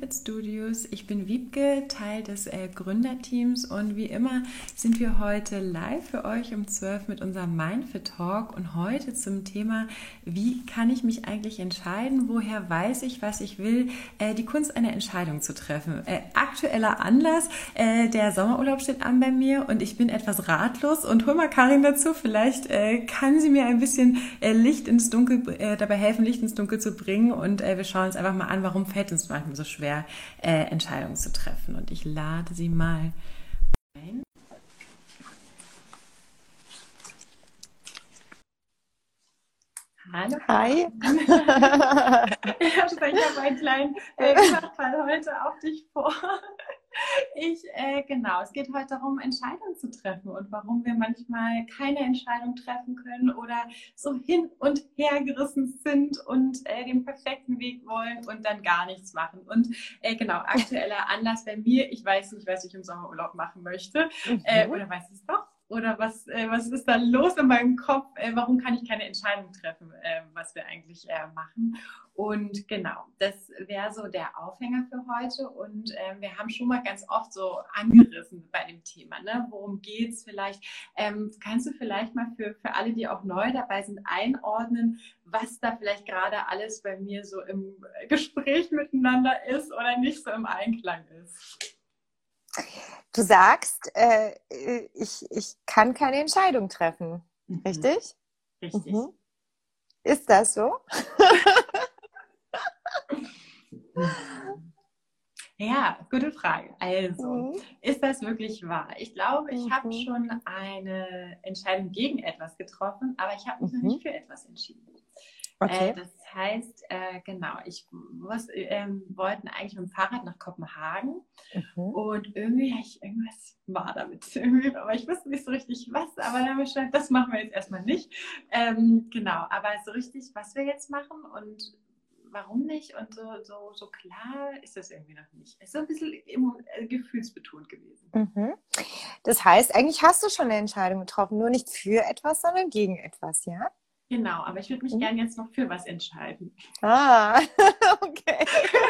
Mindfit Studios. Ich bin Wiebke, Teil des Gründerteams und wie immer sind wir heute live für euch um 12 mit unserem Mindfit Talk und heute zum Thema, wie kann ich mich eigentlich entscheiden, woher weiß ich, was ich will, die Kunst einer Entscheidung zu treffen. Aktueller Anlass, der Sommerurlaub steht an bei mir und ich bin etwas ratlos und hol mal Karin dazu, vielleicht kann sie mir ein bisschen Licht ins Dunkel, dabei helfen, Licht ins Dunkel zu bringen und wir schauen uns einfach mal an, warum fällt uns manchmal so schwer, Entscheidungen zu treffen. Und ich lade sie mal ein. Hallo. Hi. Ich habe einen kleinen Überfall heute auf dich vor. Genau, es geht heute darum, Entscheidungen zu treffen und warum wir manchmal keine Entscheidung treffen können oder so hin und her gerissen sind und den perfekten Weg wollen und dann gar nichts machen. Und genau, aktueller Anlass bei mir, ich weiß nicht, was ich im Sommerurlaub machen möchte oder weiß es doch. Oder was ist da los in meinem Kopf? Warum kann ich keine Entscheidung treffen, was wir eigentlich machen? Und genau, das wäre so der Aufhänger für heute. Und wir haben schon mal ganz oft so angerissen bei dem Thema. Ne? Worum geht es vielleicht? Kannst du vielleicht mal für alle, die auch neu dabei sind, einordnen, was da vielleicht gerade alles bei mir so im Gespräch miteinander ist oder nicht so im Einklang ist? Du sagst, ich kann keine Entscheidung treffen, richtig? Richtig. Mhm. Ist das so? Ja, gute Frage. Also, ist das wirklich wahr? Ich glaube, ich habe schon eine Entscheidung gegen etwas getroffen, aber ich habe mich noch nicht für etwas entschieden. Okay. Das heißt, genau, wollten eigentlich mit dem Fahrrad nach Kopenhagen und irgendwas war damit. Aber ich wusste nicht so richtig was, aber dann habe ich gesagt, das machen wir jetzt erstmal nicht. Genau, aber so richtig, was wir jetzt machen und warum nicht und so klar ist das irgendwie noch nicht. Es ist so ein bisschen gefühlsbetont gewesen. Das heißt, eigentlich hast du schon eine Entscheidung getroffen, nur nicht für etwas, sondern gegen etwas, ja? Genau, aber ich würde mich gerne jetzt noch für was entscheiden. Ah, okay.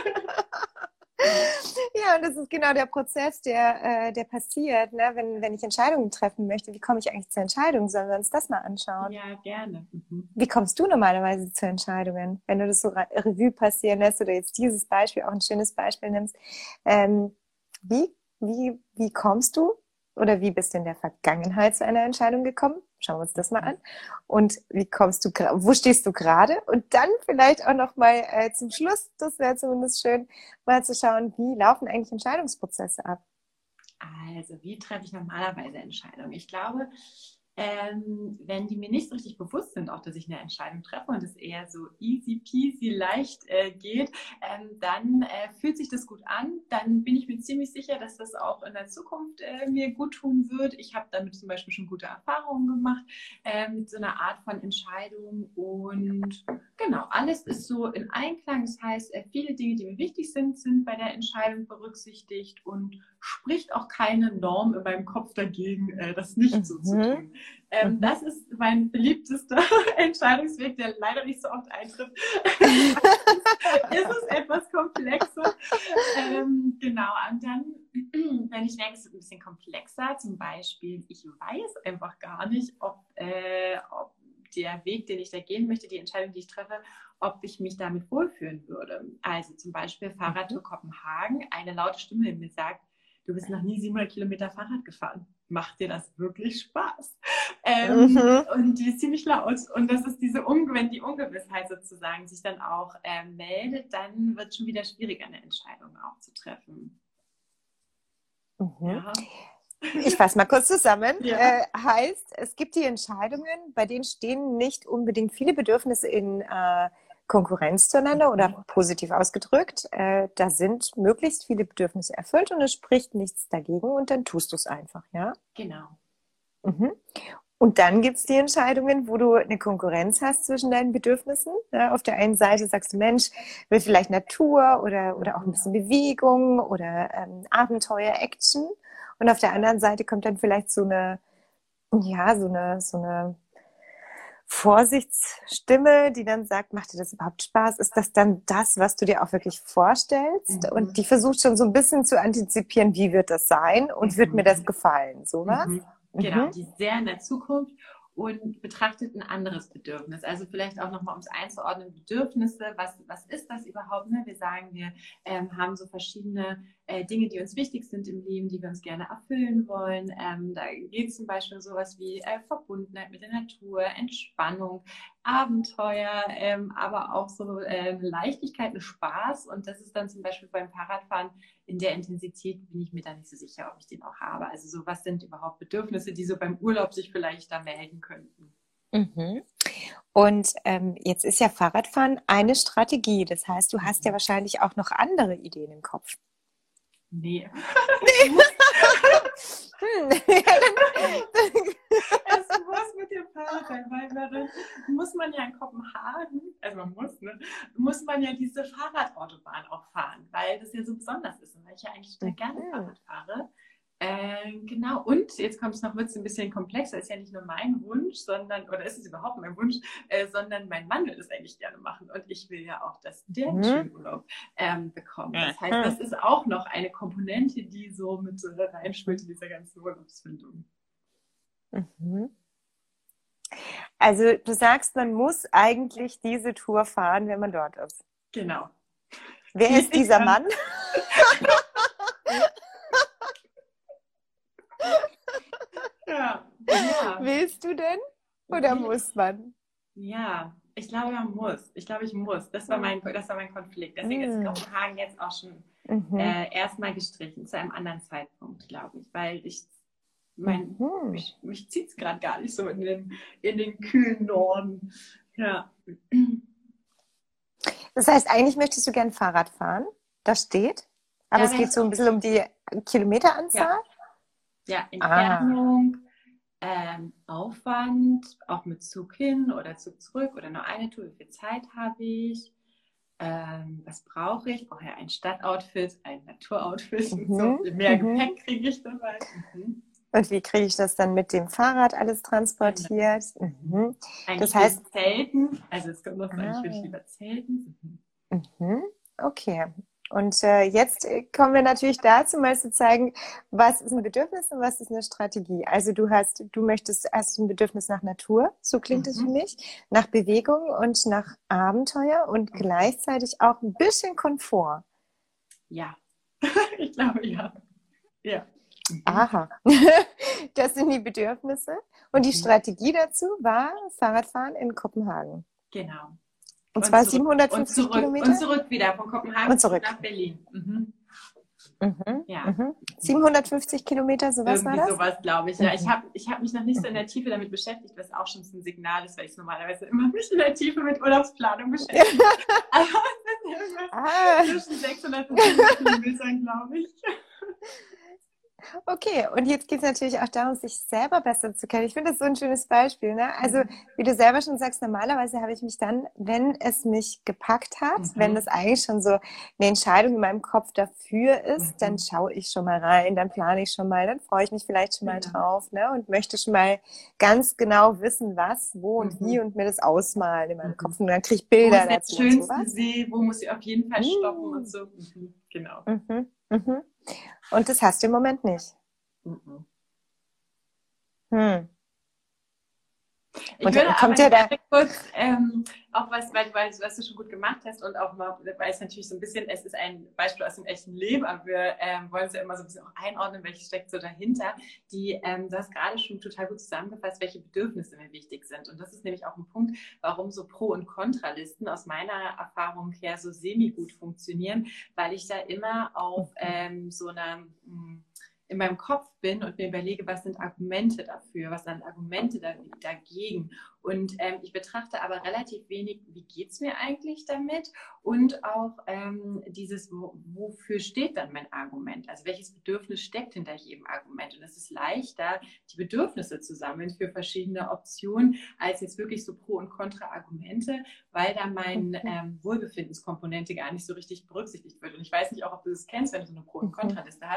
Ja, und das ist genau der Prozess, der passiert, ne? Wenn ich Entscheidungen treffen möchte. Wie komme ich eigentlich zur Entscheidung? Sollen wir uns das mal anschauen? Ja, gerne. Wie kommst du normalerweise zu Entscheidungen, wenn du das so Revue passieren lässt oder jetzt dieses Beispiel auch ein schönes Beispiel nimmst? Wie kommst du oder wie bist du in der Vergangenheit zu einer Entscheidung gekommen? Schauen wir uns das mal an. Und wo stehst du gerade? Und dann vielleicht auch noch mal zum Schluss, das wäre zumindest schön, mal zu schauen, wie laufen eigentlich Entscheidungsprozesse ab? Also, wie treffe ich normalerweise Entscheidungen? Ich glaube, wenn die mir nicht so richtig bewusst sind, auch dass ich eine Entscheidung treffe und es eher so easy peasy leicht geht, dann fühlt sich das gut an. Dann bin ich mir ziemlich sicher, dass das auch in der Zukunft mir gut tun wird. Ich habe damit zum Beispiel schon gute Erfahrungen gemacht mit so einer Art von Entscheidung und genau, alles ist so in Einklang. Das heißt, viele Dinge, die mir wichtig sind, sind bei der Entscheidung berücksichtigt und spricht auch keine Norm in meinem Kopf dagegen, das nicht so zu tun. Das ist mein beliebtester Entscheidungsweg, der leider nicht so oft eintritt. Ist es etwas komplexer. Genau, und dann, wenn ich merke, es ist ein bisschen komplexer, zum Beispiel, ich weiß einfach gar nicht, ob der Weg, den ich da gehen möchte, die Entscheidung, die ich treffe, ob ich mich damit wohlfühlen würde. Also zum Beispiel Fahrradtour Kopenhagen, eine laute Stimme in mir sagt, du bist noch nie 700 Kilometer Fahrrad gefahren. Macht dir das wirklich Spaß? Und die ist ziemlich laut. Und das ist wenn die Ungewissheit sozusagen sich dann auch meldet, dann wird es schon wieder schwieriger, eine Entscheidung auch zu treffen. Ja. Ich fasse mal kurz zusammen. Ja. Heißt, es gibt die Entscheidungen, bei denen stehen nicht unbedingt viele Bedürfnisse in Konkurrenz zueinander oder positiv ausgedrückt. Da sind möglichst viele Bedürfnisse erfüllt und es spricht nichts dagegen und dann tust du es einfach, ja? Genau. Und dann gibt es die Entscheidungen, wo du eine Konkurrenz hast zwischen deinen Bedürfnissen. Ja, auf der einen Seite sagst du, Mensch, will vielleicht Natur oder auch ein bisschen Bewegung oder Abenteuer, Action. Und auf der anderen Seite kommt dann vielleicht so eine Vorsichtsstimme, die dann sagt, macht dir das überhaupt Spaß? Ist das dann das, was du dir auch wirklich vorstellst? Und die versucht schon so ein bisschen zu antizipieren, wie wird das sein und wird mir das gefallen? Sowas? Genau, die ist sehr in der Zukunft und betrachtet ein anderes Bedürfnis. Also vielleicht auch nochmal, um es einzuordnen, Bedürfnisse, was ist das überhaupt? Ne? Wir sagen, wir haben so verschiedene Dinge, die uns wichtig sind im Leben, die wir uns gerne erfüllen wollen. Da geht es zum Beispiel um sowas wie Verbundenheit mit der Natur, Entspannung, Abenteuer, aber auch so Leichtigkeit und Spaß. Und das ist dann zum Beispiel beim Fahrradfahren in der Intensität, bin ich mir da nicht so sicher, ob ich den auch habe. Also so, was sind überhaupt Bedürfnisse, die so beim Urlaub sich vielleicht da melden könnten? Mhm. Und jetzt ist ja Fahrradfahren eine Strategie. Das heißt, du hast ja wahrscheinlich auch noch andere Ideen im Kopf. Nee. Es muss mit dem Fahrrad sein, weil dann muss man ja in Kopenhagen, also muss man ja diese Fahrradautobahn auch fahren, weil das ja so besonders ist und weil ich ja eigentlich total gerne Fahrrad fahre. Genau, und jetzt kommt es noch, wird es ein bisschen komplexer, ist ja nicht nur mein Wunsch, oder ist es überhaupt mein Wunsch, sondern mein Mann will das eigentlich gerne machen und ich will ja auch, dass der einen schönen Urlaub bekommt. Das heißt, das ist auch noch eine Komponente, die so mit reinspielt in dieser ganzen Urlaubsfindung. Also du sagst, man muss eigentlich diese Tour fahren, wenn man dort ist. Genau. Wer ist dieser Mann? Ja. Willst du denn? Oder muss man? Ja, ich glaube, man muss. Ich glaube, ich muss. Das war mein Konflikt. Deswegen ist Kopenhagen jetzt auch schon erstmal gestrichen, zu einem anderen Zeitpunkt, glaube ich. Weil mich zieht es gerade gar nicht so in den kühlen Norden. Ja. Das heißt, eigentlich möchtest du gern Fahrrad fahren. Das steht. Aber es geht so ein bisschen um die Kilometeranzahl. Ja, Entfernung, Aufwand, auch mit Zug hin oder Zug zurück oder nur eine Tour. Wie viel Zeit habe ich? Was brauche ich? Ich brauche ja ein Stadtoutfit, ein Naturoutfit. So viel mehr Gepäck kriege ich dabei. Und wie kriege ich das dann mit dem Fahrrad alles transportiert? Das heißt Zelten. Also es kommt noch so, eigentlich würde ich lieber zelten. Okay. Und jetzt kommen wir natürlich dazu, mal zu zeigen, was ist ein Bedürfnis und was ist eine Strategie. Also hast ein Bedürfnis nach Natur, so klingt es für mich, nach Bewegung und nach Abenteuer und gleichzeitig auch ein bisschen Komfort. Ja, ich glaube ja. Ja. Aha, das sind die Bedürfnisse. Und die Strategie dazu war Fahrradfahren in Kopenhagen. Genau. Und zwar 750 Kilometer? Und zurück wieder, von Kopenhagen und zurück nach Berlin. 750 Kilometer, sowas war das? Sowas, glaube ich. Ja, ich hab mich noch nicht so in der Tiefe damit beschäftigt, was auch schon so ein Signal ist, weil ich normalerweise immer mich in der Tiefe mit Urlaubsplanung beschäftige. Aber es ist zwischen 600 und 700 Kilometern, glaube ich. Okay, und jetzt geht es natürlich auch darum, sich selber besser zu kennen. Ich finde das so ein schönes Beispiel. Ne? Also, wie du selber schon sagst, normalerweise habe ich mich dann, wenn es mich gepackt hat, wenn das eigentlich schon so eine Entscheidung in meinem Kopf dafür ist, dann schaue ich schon mal rein, dann plane ich schon mal, dann freue ich mich vielleicht schon mal drauf, ne? Und möchte schon mal ganz genau wissen, was, wo und wie und mir das ausmalen in meinem Kopf. Und dann kriege ich Bilder dazu. Wo ist der schönste See, wo muss ich auf jeden Fall stoppen und so. Genau. Und das hast du im Moment nicht. Ich würde aber kurz, auch was du schon gut gemacht hast und auch mal, weil es natürlich so ein bisschen, es ist ein Beispiel aus dem echten Leben, aber wir wollen es ja immer so ein bisschen auch einordnen, welches steckt so dahinter. Du hast gerade schon total gut zusammengefasst, welche Bedürfnisse mir wichtig sind. Und das ist nämlich auch ein Punkt, warum so Pro- und Kontralisten aus meiner Erfahrung her so semi-gut funktionieren, weil ich da immer auf so einer in meinem Kopf bin und mir überlege, was sind Argumente dafür, was sind Argumente dagegen. Und ich betrachte aber relativ wenig, wie geht es mir eigentlich damit und auch wofür steht dann mein Argument? Also welches Bedürfnis steckt hinter jedem Argument? Und es ist leichter, die Bedürfnisse zu sammeln für verschiedene Optionen, als jetzt wirklich so Pro- und Kontra-Argumente, weil da meine Wohlbefindenskomponente gar nicht so richtig berücksichtigt wird. Und ich weiß nicht auch, ob du das kennst, wenn du so eine Pro- und Kontraliste hast.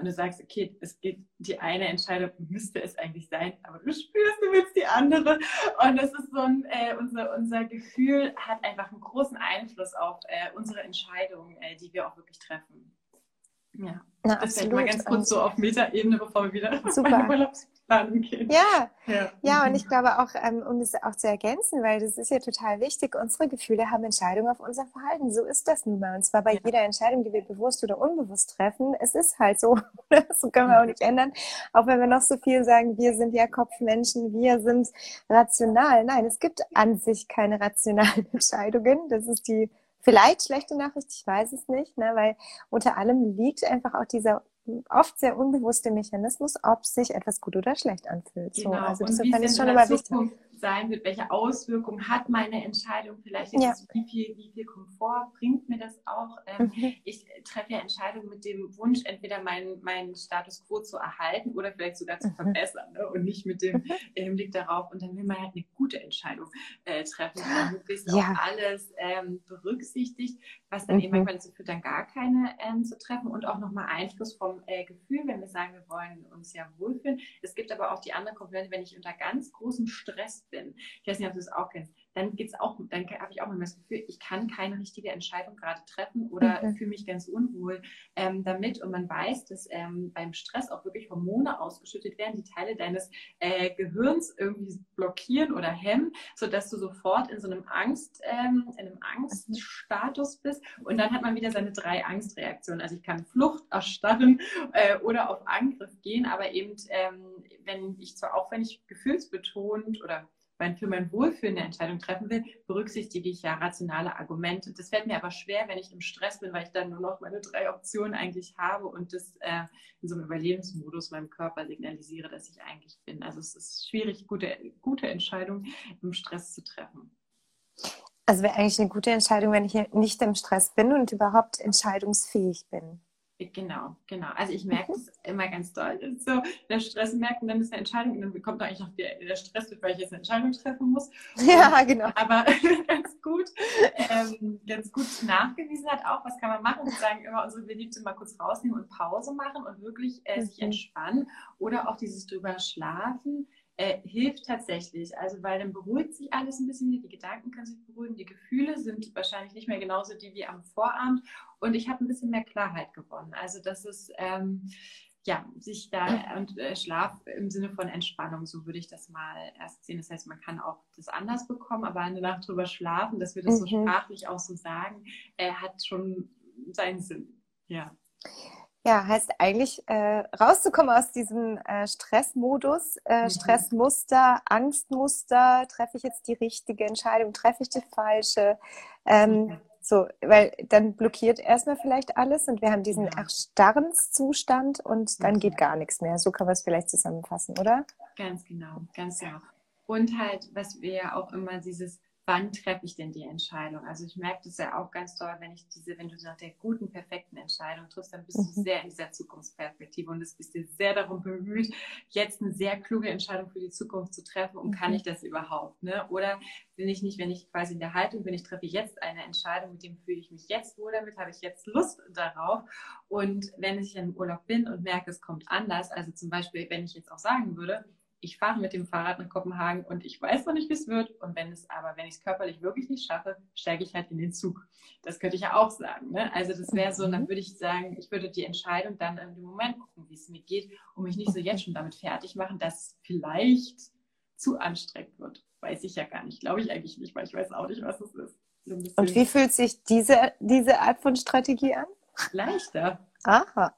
und du sagst, okay, es geht, die eine Entscheidung müsste es eigentlich sein, aber du spürst, du willst die andere. Und das ist so unser Gefühl hat einfach einen großen Einfluss auf unsere Entscheidungen, die wir auch wirklich treffen. Ja, Na, das fällt absolut. mal ganz kurz so auf Meta-Ebene, bevor wir wieder Super. meine Urlaubsplanung gehen. Ja, und ich glaube auch, um das auch zu ergänzen, weil das ist ja total wichtig, unsere Gefühle haben Entscheidungen auf unser Verhalten. So ist das nun mal. Und zwar bei jeder Entscheidung, die wir bewusst oder unbewusst treffen. Es ist halt so. So können wir auch nicht ändern. Auch wenn wir noch so viel sagen, wir sind ja Kopfmenschen, wir sind rational. Nein, es gibt an sich keine rationalen Entscheidungen. Das ist die vielleicht schlechte Nachricht, ich weiß es nicht, ne, weil unter allem liegt einfach auch dieser oft sehr unbewusste Mechanismus, ob sich etwas gut oder schlecht anfühlt. Genau. So, also und das wie fand es ich schon in immer der wichtig. Zukunft sein wird, welche Auswirkungen hat meine Entscheidung, vielleicht ist es, wie viel Komfort bringt mir das auch. Ich treffe ja Entscheidungen mit dem Wunsch, entweder meinen Status quo zu erhalten oder vielleicht sogar zu verbessern, ne? Und nicht mit dem Hinblick darauf. Und dann will man halt eine gute Entscheidung treffen, die dann möglichst auch alles berücksichtigt, was dann eben manchmal dazu führt, dann gar keine zu treffen und auch nochmal Einfluss vom Gefühl, wenn wir sagen, wir wollen uns ja wohlfühlen. Es gibt aber auch die andere Komponente, wenn ich unter ganz großem Stress bin. Ich weiß nicht, ob du das auch kennst. Dann habe ich auch immer das Gefühl, ich kann keine richtige Entscheidung gerade treffen oder fühle mich ganz unwohl damit. Und man weiß, dass beim Stress auch wirklich Hormone ausgeschüttet werden, die Teile deines Gehirns irgendwie blockieren oder hemmen, sodass du sofort in so einem Angststatus bist. Und dann hat man wieder seine 3 Angstreaktionen. Also ich kann Flucht, Erstarren oder auf Angriff gehen, aber eben, wenn ich gefühlsbetont oder für mein Wohlfühlen eine Entscheidung treffen will, berücksichtige ich ja rationale Argumente. Das fällt mir aber schwer, wenn ich im Stress bin, weil ich dann nur noch meine 3 Optionen eigentlich habe und das in so einem Überlebensmodus meinem Körper signalisiere, dass ich eigentlich bin. Also es ist schwierig, gute Entscheidungen im Stress zu treffen. Also wäre eigentlich eine gute Entscheidung, wenn ich nicht im Stress bin und überhaupt entscheidungsfähig bin. Genau. Also ich merke das immer ganz doll. So, der Stress merkt und dann ist eine Entscheidung und dann kommt eigentlich noch der Stress, weil ich jetzt eine Entscheidung treffen muss. Ja, genau. Aber ganz gut nachgewiesen hat auch, was kann man machen? Wir sagen immer, unsere Beliebte mal kurz rausnehmen und Pause machen und wirklich sich entspannen oder auch dieses drüber schlafen. Hilft tatsächlich, also weil dann beruhigt sich alles ein bisschen, die Gedanken können sich beruhigen, die Gefühle sind wahrscheinlich nicht mehr genauso die wie am Vorabend und ich habe ein bisschen mehr Klarheit gewonnen. Also das ist sich da und Schlaf im Sinne von Entspannung, so würde ich das mal erst sehen. Das heißt, man kann auch das anders bekommen, aber eine Nacht drüber schlafen, dass wir das so sprachlich auch so sagen, hat schon seinen Sinn. Ja, heißt eigentlich rauszukommen aus diesem Stressmodus, Stressmuster, Angstmuster, treffe ich jetzt die richtige Entscheidung, treffe ich die falsche, so, weil dann blockiert erstmal vielleicht alles und wir haben diesen Erstarrenszustand und dann geht gar nichts mehr. So kann man es vielleicht zusammenfassen, oder? Ganz genau. Und halt, was wir ja auch immer wann treffe ich denn die Entscheidung? Also ich merke das ja auch ganz doll, wenn du nach der guten, perfekten Entscheidung triffst, dann bist du sehr in dieser Zukunftsperspektive und es bist dir sehr darum bemüht, jetzt eine sehr kluge Entscheidung für die Zukunft zu treffen und kann ich das überhaupt? Ne? Oder wenn ich quasi in der Haltung bin, ich treffe jetzt eine Entscheidung, mit dem fühle ich mich jetzt wohl damit, habe ich jetzt Lust darauf und wenn ich im Urlaub bin und merke, es kommt anders, also zum Beispiel, wenn ich jetzt auch sagen würde, ich fahre mit dem Fahrrad nach Kopenhagen und ich weiß noch nicht, wie es wird. Und wenn ich es körperlich wirklich nicht schaffe, steige ich halt in den Zug. Das könnte ich ja auch sagen. Ne? Also das wäre so, dann würde ich sagen, ich würde die Entscheidung dann in dem Moment gucken, wie es mir geht und mich nicht so jetzt schon damit fertig machen, dass es vielleicht zu anstrengend wird. Weiß ich ja gar nicht. Glaube ich eigentlich nicht, weil ich weiß auch nicht, was es ist. So und wie fühlt sich diese Art von Strategie an? Leichter. Aha.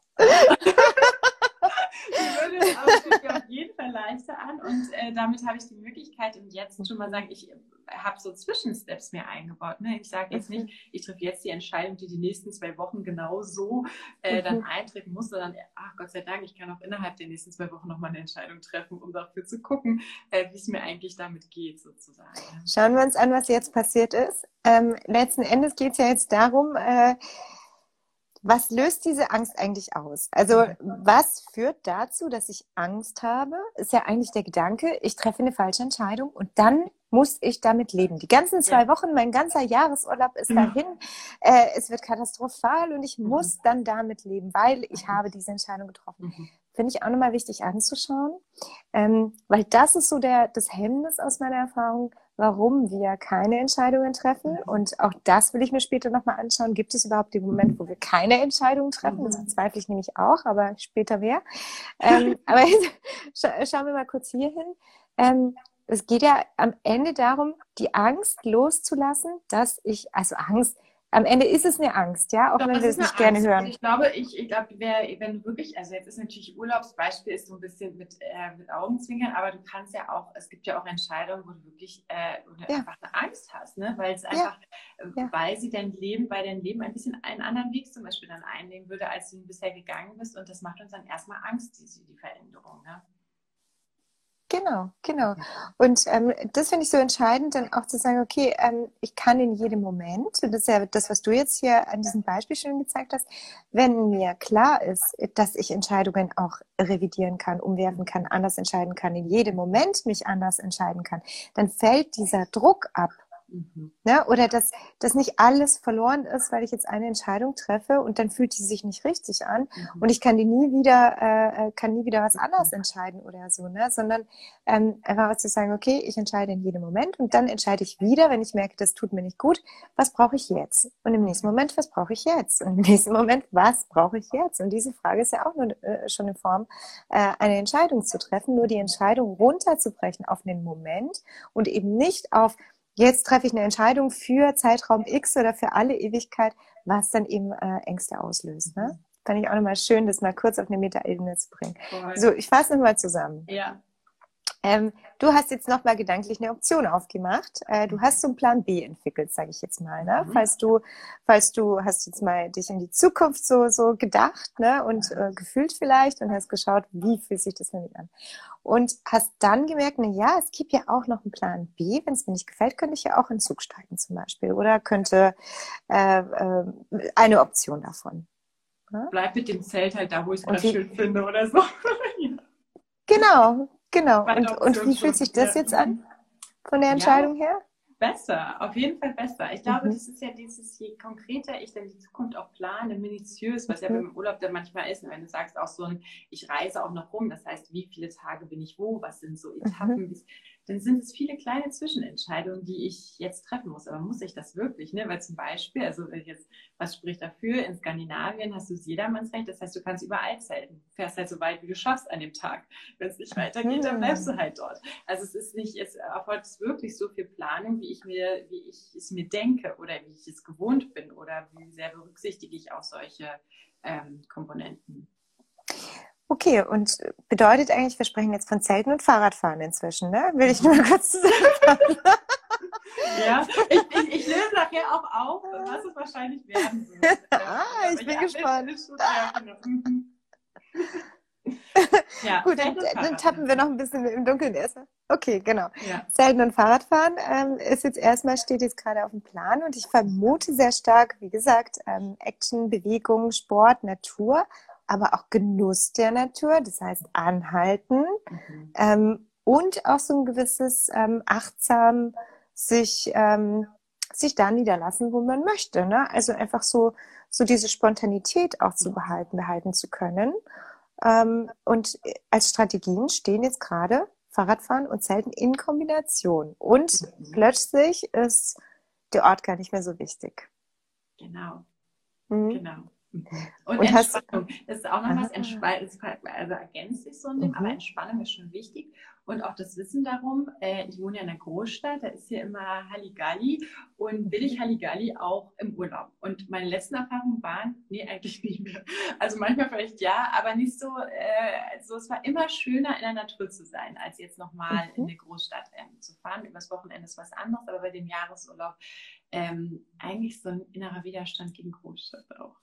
Es fühlt sich auf jeden Fall leichter an und damit habe ich die Möglichkeit und jetzt schon mal sagen, ich habe so Zwischensteps mir eingebaut. Ne? Ich sage jetzt nicht, ich treffe jetzt die Entscheidung, die nächsten 2 Wochen genau so dann eintreten muss, sondern ach Gott sei Dank, ich kann auch innerhalb der nächsten 2 Wochen nochmal eine Entscheidung treffen, um dafür zu gucken, wie es mir eigentlich damit geht sozusagen. Schauen wir uns an, was jetzt passiert ist. Letzten Endes geht es ja jetzt darum, was löst diese Angst eigentlich aus? Also was führt dazu, dass ich Angst habe? Ist ja eigentlich der Gedanke, ich treffe eine falsche Entscheidung und dann muss ich damit leben. Die ganzen 2 Ja. Wochen, mein ganzer Jahresurlaub ist Genau. dahin. Es wird katastrophal und ich muss dann damit leben, weil ich habe diese Entscheidung getroffen. Mhm. Finde ich auch nochmal wichtig anzuschauen, weil das ist so das Hemmnis aus meiner Erfahrung, warum wir keine Entscheidungen treffen. Und auch das will ich mir später nochmal anschauen. Gibt es überhaupt den Moment, wo wir keine Entscheidungen treffen? Das bezweifle ich nämlich auch, aber später mehr. Aber jetzt schauen wir mal kurz hier hin. Es geht ja am Ende darum, die Angst loszulassen, also Angst, am Ende ist es eine Angst, ja, auch Doch, wenn das wir ist es eine nicht gerne Angst. hören. Ich glaube, wenn du wirklich, also jetzt ist natürlich Urlaubsbeispiel ist so ein bisschen mit Augenzwinkern, aber du kannst ja auch, es gibt ja auch Entscheidungen, wo du wirklich wo du Ja. einfach eine Angst hast, ne? Weil es Ja. einfach, Ja. weil dein Leben ein bisschen einen anderen Weg zum Beispiel dann einnehmen würde, als du ihn bisher gegangen bist. Und das macht uns dann erstmal Angst, die Veränderung, ne? Genau. Und das finde ich so entscheidend, dann auch zu sagen, okay, ich kann in jedem Moment, und das ist ja das, was du jetzt hier an diesem Beispiel schon gezeigt hast, wenn mir klar ist, dass ich Entscheidungen auch revidieren kann, umwerfen kann, anders entscheiden kann, in jedem Moment mich anders entscheiden kann, dann fällt dieser Druck ab. Ne? Oder dass nicht alles verloren ist, weil ich jetzt eine Entscheidung treffe und dann fühlt die sich nicht richtig an und ich kann nie wieder was anderes entscheiden oder so, ne? Sondern einfach zu sagen, okay, ich entscheide in jedem Moment und dann entscheide ich wieder, wenn ich merke, das tut mir nicht gut, was brauche ich jetzt? Und im nächsten Moment, was brauche ich jetzt? Und im nächsten Moment, was brauche ich jetzt? Und diese Frage ist ja auch nur schon in Form, eine Entscheidung zu treffen, nur die Entscheidung runterzubrechen auf einen Moment und eben nicht auf jetzt treffe ich eine Entscheidung für Zeitraum X oder für alle Ewigkeit, was dann eben Ängste auslöst. Ne? Fand ich auch nochmal schön, das mal kurz auf eine Metaebene zu bringen. Voll. So, ich fasse nochmal zusammen. Ja. Du hast jetzt nochmal gedanklich eine Option aufgemacht. Du hast so einen Plan B entwickelt, sage ich jetzt mal. Ne? Falls du hast jetzt mal dich in die Zukunft so gedacht, ne? Und gefühlt vielleicht und hast geschaut, wie fühlt sich das für mich an. Und hast dann gemerkt, na ja, es gibt ja auch noch einen Plan B. Wenn es mir nicht gefällt, könnte ich ja auch in den Zug steigen zum Beispiel. Oder könnte eine Option davon. Ne? Bleib mit dem Zelt halt da, wo ich es gerade schön finde oder so. Genau. Und wie fühlt sich das jetzt an von der Entscheidung her? Besser, auf jeden Fall besser. Ich glaube, das ist ja je konkreter ich dann die Zukunft auch plane, minutiös, was ja beim Urlaub dann manchmal ist. Und wenn du sagst auch so, ich reise auch noch rum, das heißt, wie viele Tage bin ich wo, was sind so Etappen, dann sind es viele kleine Zwischenentscheidungen, die ich jetzt treffen muss. Aber muss ich das wirklich? Ne? Weil zum Beispiel, also was spricht dafür? In Skandinavien hast du das Jedermannsrecht, das heißt, du kannst überall zelten. Du fährst halt so weit, wie du schaffst an dem Tag. Wenn es nicht weitergeht, dann bleibst du halt dort. Also es erfolgt wirklich so viel Planung, wie ich es mir denke oder wie ich es gewohnt bin oder wie sehr berücksichtige ich auch solche Komponenten. Okay, und bedeutet eigentlich, wir sprechen jetzt von Zelten und Fahrradfahren inzwischen, ne? Will ich nur mal kurz zusammenfassen. Ja, ich löse nachher auch auf, was es wahrscheinlich werden wird. Ich bin gespannt. Ja, gut, dann tappen wir noch ein bisschen im Dunkeln erstmal. Okay, genau. Ja. Zelten und Fahrradfahren steht jetzt gerade auf dem Plan und ich vermute sehr stark, wie gesagt, Action, Bewegung, Sport, Natur, aber auch Genuss der Natur, das heißt anhalten und auch so ein gewisses achtsam sich da niederlassen, wo man möchte. Ne? Also einfach so diese Spontanität auch behalten zu können. Und als Strategien stehen jetzt gerade Fahrradfahren und Zelten in Kombination. Und plötzlich ist der Ort gar nicht mehr so wichtig. Genau. Genau. Und Entspannung, das ist auch noch was, also ergänzt sich so ein Ding, aber Entspannung ist schon wichtig und auch das Wissen darum, ich wohne ja in einer Großstadt, da ist hier immer Halligalli und will ich Halligalli auch im Urlaub und meine letzten Erfahrungen waren, nee, eigentlich nicht mehr, also manchmal vielleicht ja, aber nicht so, es war immer schöner in der Natur zu sein, als jetzt nochmal in eine Großstadt zu fahren, übers Wochenende ist was anderes, aber bei dem Jahresurlaub eigentlich so ein innerer Widerstand gegen Großstadt auch.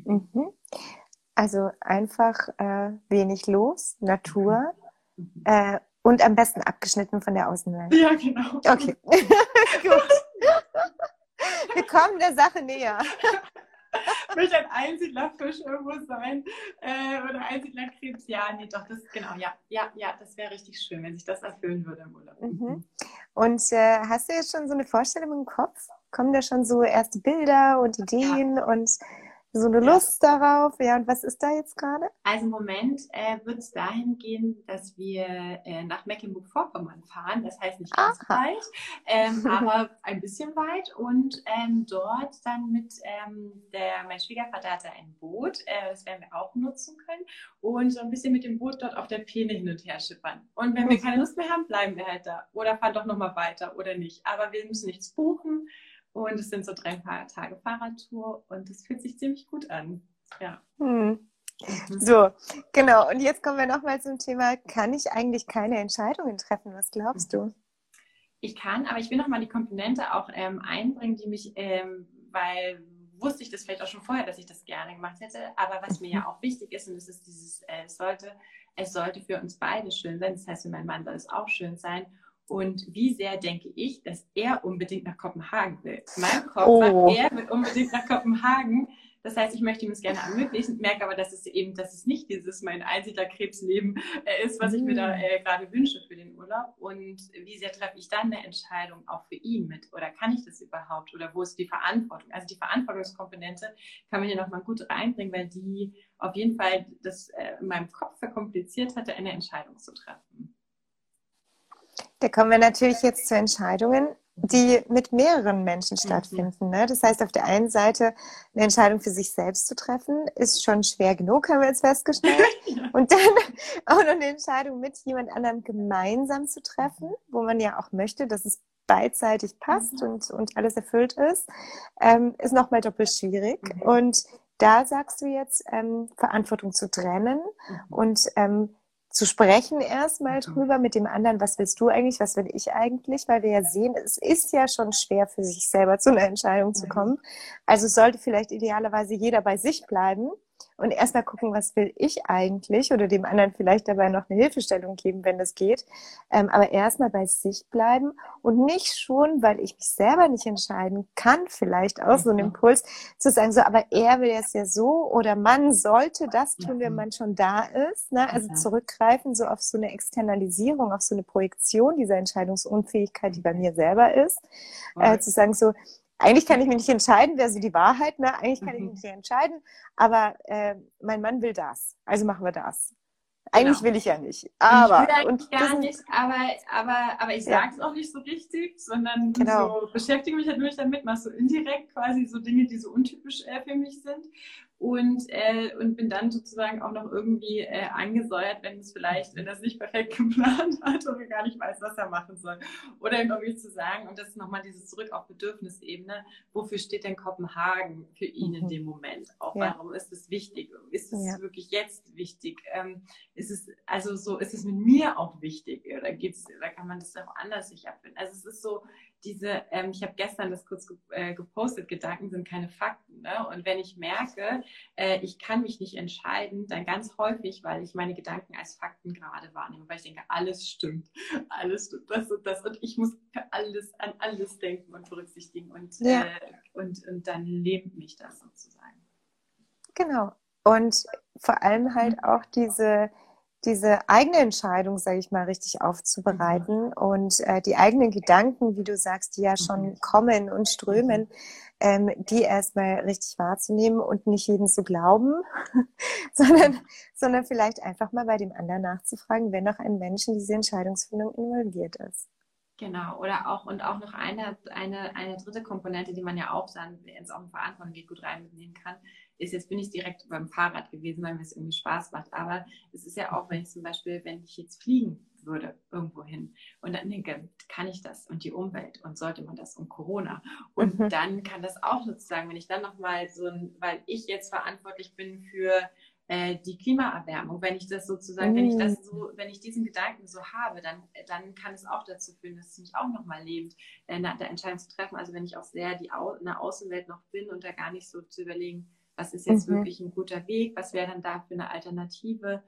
Also einfach wenig los, Natur und am besten abgeschnitten von der Außenwelt. Ja, genau. Okay, gut. Wir kommen der Sache näher. Möchte ein Einsiedlerfisch irgendwo sein oder Einsiedlerkrebs. Ja, nee, doch, das genau, ja, das wäre richtig schön, wenn sich das erfüllen würde im Urlaub. Mhm. Und hast du jetzt schon so eine Vorstellung im Kopf? Kommen da schon so erste Bilder und Ja, Ideen und so eine ja. Lust darauf? Ja, und was ist da jetzt gerade? Also im Moment wird es dahin gehen, dass wir nach Mecklenburg-Vorpommern fahren. Das heißt nicht ganz so Aha. weit, aber ein bisschen weit. Und dort dann mit mein Schwiegervater hatte ein Boot, das werden wir auch nutzen können. Und so ein bisschen mit dem Boot dort auf der Peene hin und her schippern. Und wenn wir keine Mhm. Lust mehr haben, bleiben wir halt da. Oder fahren doch nochmal weiter oder nicht. Aber wir müssen nichts buchen. Und es sind so 3 Tage Fahrradtour und es fühlt sich ziemlich gut an. Ja. Hm. Mhm. So, genau. Und jetzt kommen wir nochmal zum Thema, kann ich eigentlich keine Entscheidungen treffen? Was glaubst du? Ich kann, aber ich will noch mal die Komponente auch einbringen, die mich, weil wusste ich das vielleicht auch schon vorher, dass ich das gerne gemacht hätte, aber was mir Mhm. ja auch wichtig ist, und das ist dieses, es sollte für uns beide schön sein, das heißt für meinen Mann soll es auch schön sein. Und wie sehr denke ich, dass er unbedingt nach Kopenhagen will? Mein Kopf sagt, Oh. er will unbedingt nach Kopenhagen. Das heißt, ich möchte ihm das gerne ermöglichen, merke aber, dass es nicht dieses mein Einsiedlerkrebsleben ist, was ich mir da Hm. gerade wünsche für den Urlaub. Und wie sehr treffe ich dann eine Entscheidung auch für ihn mit? Oder kann ich das überhaupt? Oder wo ist die Verantwortung? Also die Verantwortungskomponente kann man hier nochmal gut reinbringen, weil die auf jeden Fall das in meinem Kopf verkompliziert hatte, eine Entscheidung zu treffen. Da kommen wir natürlich jetzt zu Entscheidungen, die mit mehreren Menschen Mhm. stattfinden. Ne? Das heißt, auf der einen Seite eine Entscheidung für sich selbst zu treffen, ist schon schwer genug, haben wir jetzt festgestellt. Ja. Und dann auch noch eine Entscheidung mit jemand anderem gemeinsam zu treffen, wo man ja auch möchte, dass es beidseitig passt Mhm. und alles erfüllt ist nochmal doppelt schwierig. Mhm. Und da sagst du jetzt, Verantwortung zu trennen Mhm. und zu sprechen erstmal Mhm. drüber mit dem anderen, was willst du eigentlich, was will ich eigentlich, weil wir ja sehen, es ist ja schon schwer für sich selber zu einer Entscheidung zu Mhm. kommen. Also sollte vielleicht idealerweise jeder bei sich bleiben und erstmal gucken, was will ich eigentlich oder dem anderen vielleicht dabei noch eine Hilfestellung geben, wenn das geht. Aber erstmal bei sich bleiben und nicht schon, weil ich mich selber nicht entscheiden kann, vielleicht auch so ein Mhm. Impuls zu sagen, so, aber er will es ja so oder man sollte das tun, wenn Mhm. man schon da ist. Ne? Also Mhm. zurückgreifen so auf so eine Externalisierung, auf so eine Projektion dieser Entscheidungsunfähigkeit, die bei Mhm. mir selber ist. Voll. Zu sagen so, eigentlich kann ich mich nicht entscheiden, wäre so die Wahrheit, ne? Eigentlich kann ich mich Mhm. nicht entscheiden, aber mein Mann will das, also machen wir das. Eigentlich Genau. will ich ja nicht, Und ich will aber, und eigentlich das gar sind, nicht, aber ich ja, sage es auch nicht so richtig, sondern genau. so beschäftige mich halt nur damit, mache so indirekt quasi so Dinge, die so untypisch für mich sind und bin dann sozusagen auch noch irgendwie angesäuert, wenn das nicht perfekt geplant hat oder gar nicht weiß, was er machen soll. Oder eben irgendwie zu sagen, und das ist nochmal dieses zurück auf Bedürfnisebene, wofür steht denn Kopenhagen für ihn in Mhm. dem Moment auch? Ja, Warum ist es wichtig? Ist es ja. wirklich jetzt wichtig? Ist es mit mir auch wichtig oder kann man das auch anders sich abfinden? Also es ist so ich habe gestern das kurz gepostet, Gedanken sind keine Fakten. Ne? Und wenn ich merke, ich kann mich nicht entscheiden, dann ganz häufig, weil ich meine Gedanken als Fakten gerade wahrnehme, weil ich denke, alles stimmt, das und das und ich muss an alles denken und berücksichtigen Ja, und dann lähmt mich das sozusagen. genau. Und vor allem halt auch diese eigene Entscheidung, sage ich mal, richtig Mhm. aufzubereiten und die eigenen Gedanken, wie du sagst, die ja Mhm. schon kommen und Mhm. strömen, die erstmal richtig wahrzunehmen und nicht jedem zu glauben, sondern, Mhm. sondern vielleicht einfach mal bei dem anderen nachzufragen, wenn noch ein Mensch in diese Entscheidungsfindung involviert ist. Genau, und auch noch eine dritte Komponente, die man ja auch dann, wenn es auch um Verantwortung geht, gut reinnehmen kann, ist, jetzt bin ich direkt beim Fahrrad gewesen, weil mir es irgendwie Spaß macht. Aber es ist ja auch, wenn ich jetzt fliegen würde irgendwo hin und dann denke, kann ich das und die Umwelt und sollte man das und Corona und Mhm. dann kann das auch sozusagen, wenn ich dann nochmal weil ich jetzt verantwortlich bin für die Klimaerwärmung. Mm. Wenn ich diesen Gedanken so habe, dann kann es auch dazu führen, dass es mich auch nochmal lähmt, nach der Entscheidung zu treffen. Also wenn ich auch sehr in der Außenwelt noch bin und da gar nicht so zu überlegen, was ist jetzt Mhm. wirklich ein guter Weg, was wäre dann da für eine Alternative?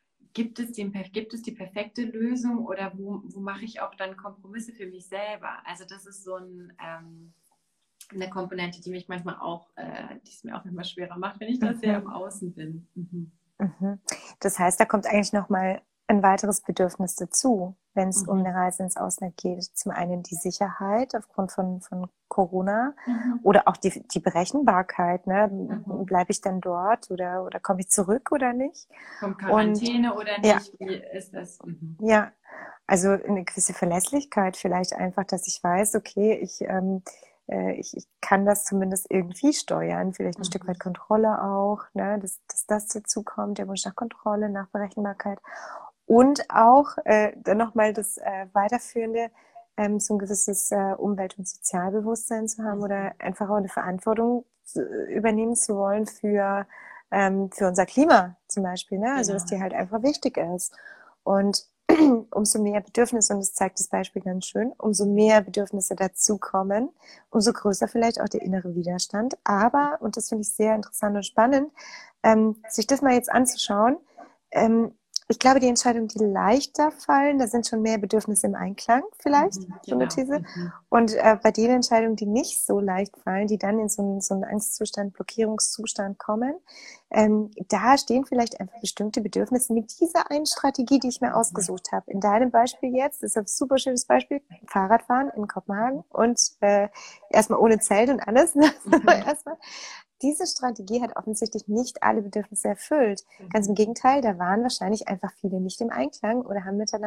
Gibt es die perfekte Lösung oder wo mache ich auch dann Kompromisse für mich selber? Also das ist eine Komponente, die mich manchmal auch, die es mir auch immer schwerer macht, wenn ich da sehr im Mhm. Außen bin. Mhm. Mhm. Das heißt, da kommt eigentlich nochmal ein weiteres Bedürfnis dazu, wenn es um Mhm. eine Reise ins Ausland geht. Zum einen die Sicherheit aufgrund von Corona Mhm. oder auch die Berechenbarkeit. Ne? Mhm. Bleibe ich dann dort oder komme ich zurück oder nicht? Kommt Und Quarantäne oder ja, nicht? Wie ist das? Mhm. ja, also eine gewisse Verlässlichkeit vielleicht einfach, dass ich weiß, okay, ich kann das zumindest irgendwie steuern, vielleicht ein Stück Mhm. weit Kontrolle auch, ne, dass das dazu kommt, der Wunsch nach Kontrolle, nach Berechenbarkeit und auch dann nochmal das weiterführende, so ein gewisses Umwelt- und Sozialbewusstsein zu haben oder Mhm. einfach auch eine Verantwortung übernehmen zu wollen für unser Klima zum Beispiel, ne? Also dass Genau. dir halt einfach wichtig ist. Und umso mehr Bedürfnisse, und das zeigt das Beispiel ganz schön, umso mehr Bedürfnisse dazukommen, umso größer vielleicht auch der innere Widerstand. Aber, und das finde ich sehr interessant und spannend, sich das mal jetzt anzuschauen, ähm, ich glaube, die Entscheidungen, die leichter fallen, da sind schon mehr Bedürfnisse im Einklang vielleicht, Mhm. so eine Genau. These. Mhm. Und bei den Entscheidungen, die nicht so leicht fallen, die dann in so einen Angstzustand, Blockierungszustand kommen, da stehen vielleicht einfach bestimmte Bedürfnisse mit dieser einen Strategie, die ich mir Mhm. ausgesucht habe. In deinem Beispiel jetzt, das ist ein super schönes Beispiel, Fahrradfahren in Kopenhagen und erstmal ohne Zelt und alles. Mhm. erstmal. Diese Strategie hat offensichtlich nicht alle Bedürfnisse erfüllt. Ganz im Mhm. Gegenteil, da waren wahrscheinlich einfach viele nicht im Einklang oder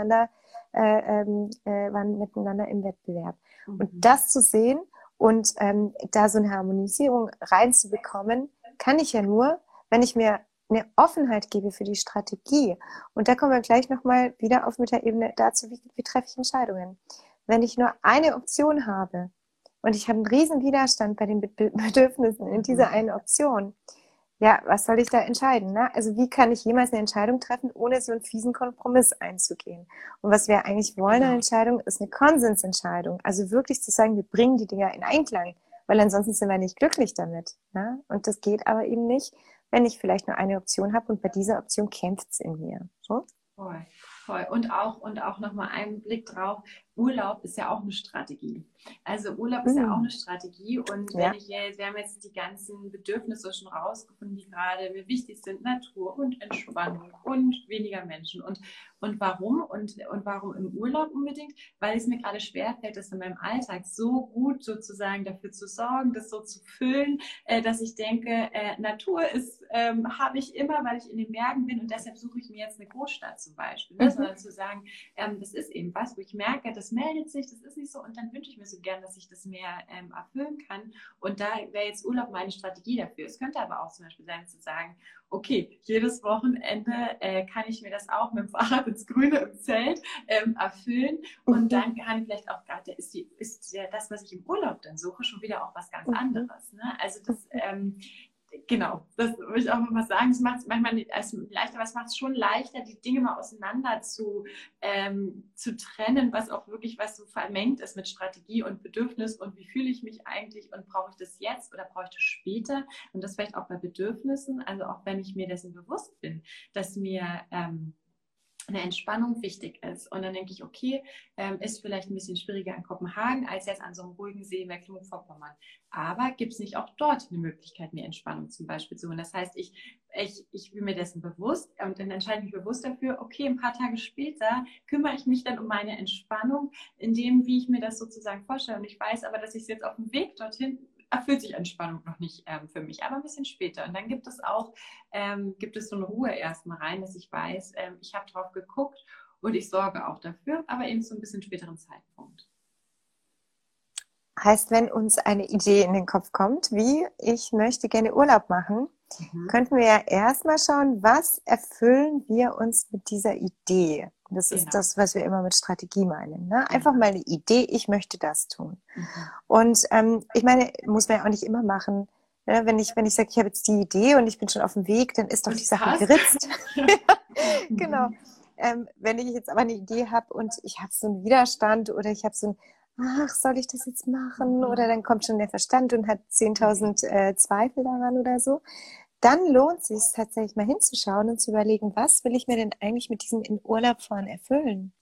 waren miteinander im Wettbewerb. Und Mhm. das zu sehen und da so eine Harmonisierung reinzubekommen, kann ich ja nur, wenn ich mir eine Offenheit gebe für die Strategie. Und da kommen wir gleich nochmal wieder auf Metaebene dazu, wie treffe ich Entscheidungen. Wenn ich nur eine Option habe und ich habe einen riesen Widerstand bei den Bedürfnissen in dieser Mhm. einen Option, ja, was soll ich da entscheiden? Ne? Also wie kann ich jemals eine Entscheidung treffen, ohne so einen fiesen Kompromiss einzugehen? Und was wir eigentlich wollen an Genau. Entscheidung, ist eine Konsensentscheidung. Also wirklich zu sagen, wir bringen die Dinger in Einklang, weil ansonsten sind wir nicht glücklich damit. Ne? Und das geht aber eben nicht, wenn ich vielleicht nur eine Option habe und bei dieser Option kämpft es in mir. So? Voll, voll. Und auch nochmal einen Blick drauf. Urlaub ist ja auch eine Strategie. Also Urlaub ist ja auch eine Mm, Strategie. Und wenn ja. ich jetzt, wir haben jetzt die ganzen Bedürfnisse schon rausgefunden, die gerade mir wichtig sind, Natur und Entspannung und weniger Menschen. Und warum? Und warum im Urlaub unbedingt? Weil es mir gerade schwerfällt, das in meinem Alltag so gut sozusagen dafür zu sorgen, das so zu füllen, dass ich denke, Natur ist, habe ich immer, weil ich in den Bergen bin und deshalb suche ich mir jetzt eine Großstadt zum Beispiel. Ne? Mhm. Sondern zu sagen, das ist eben was, wo ich merke, das meldet sich, das ist nicht so und dann wünsche ich mir so gern, dass ich das mehr erfüllen kann. Und da wäre jetzt Urlaub meine Strategie dafür. Es könnte aber auch zum Beispiel sein, zu sagen, okay, jedes Wochenende kann ich mir das auch mit dem Fahrrad ins Grüne im Zelt erfüllen und Mhm. dann kann ich vielleicht auch gerade, ist ja das, was ich im Urlaub dann suche, schon wieder auch was ganz Mhm. anderes. Ne? Also das, Mhm. genau, das würde ich auch mal sagen. Es macht es manchmal nicht, also leichter, aber es macht es schon leichter, die Dinge mal auseinander zu trennen, was auch wirklich was so vermengt ist mit Strategie und Bedürfnis und wie fühle ich mich eigentlich und brauche ich das jetzt oder brauche ich das später? Und das vielleicht auch bei Bedürfnissen, also auch wenn ich mir dessen bewusst bin, dass mir eine Entspannung wichtig ist. Und dann denke ich, okay, ist vielleicht ein bisschen schwieriger in Kopenhagen als jetzt an so einem ruhigen See in Mecklenburg-Vorpommern. Aber gibt es nicht auch dort eine Möglichkeit, mir Entspannung zum Beispiel zu holen? Das heißt, ich bin mir dessen bewusst und dann entscheide ich mich bewusst dafür, okay, ein paar Tage später kümmere ich mich dann um meine Entspannung, in dem, wie ich mir das sozusagen vorstelle. Und ich weiß aber, dass ich es jetzt auf dem Weg dorthin erfüllt sich Entspannung noch nicht für mich, aber ein bisschen später. Und dann gibt es so eine Ruhe erstmal rein, dass ich weiß, ich habe drauf geguckt und ich sorge auch dafür, aber eben zu ein bisschen späteren Zeitpunkt. Heißt, wenn uns eine Idee in den Kopf kommt, wie ich möchte gerne Urlaub machen, Mhm. könnten wir ja erstmal schauen, was erfüllen wir uns mit dieser Idee? Das ist Genau, das, was wir immer mit Strategie meinen. Ne? Einfach genau. mal eine Idee, ich möchte das tun. Mhm. Und ich meine, muss man ja auch nicht immer machen. Ne? Wenn ich sage, ich habe jetzt die Idee und ich bin schon auf dem Weg, dann ist doch die Das Sache passt. geritzt. Ja. Genau. Mhm. Wenn ich jetzt aber eine Idee habe und ich habe so einen Widerstand oder ich habe so ein, ach, soll ich das jetzt machen? Oder Mhm. dann kommt schon der Verstand und hat Mhm. 10.000 Zweifel daran oder so. Dann lohnt es sich tatsächlich mal hinzuschauen und zu überlegen, was will ich mir denn eigentlich mit diesem in Urlaub fahren erfüllen?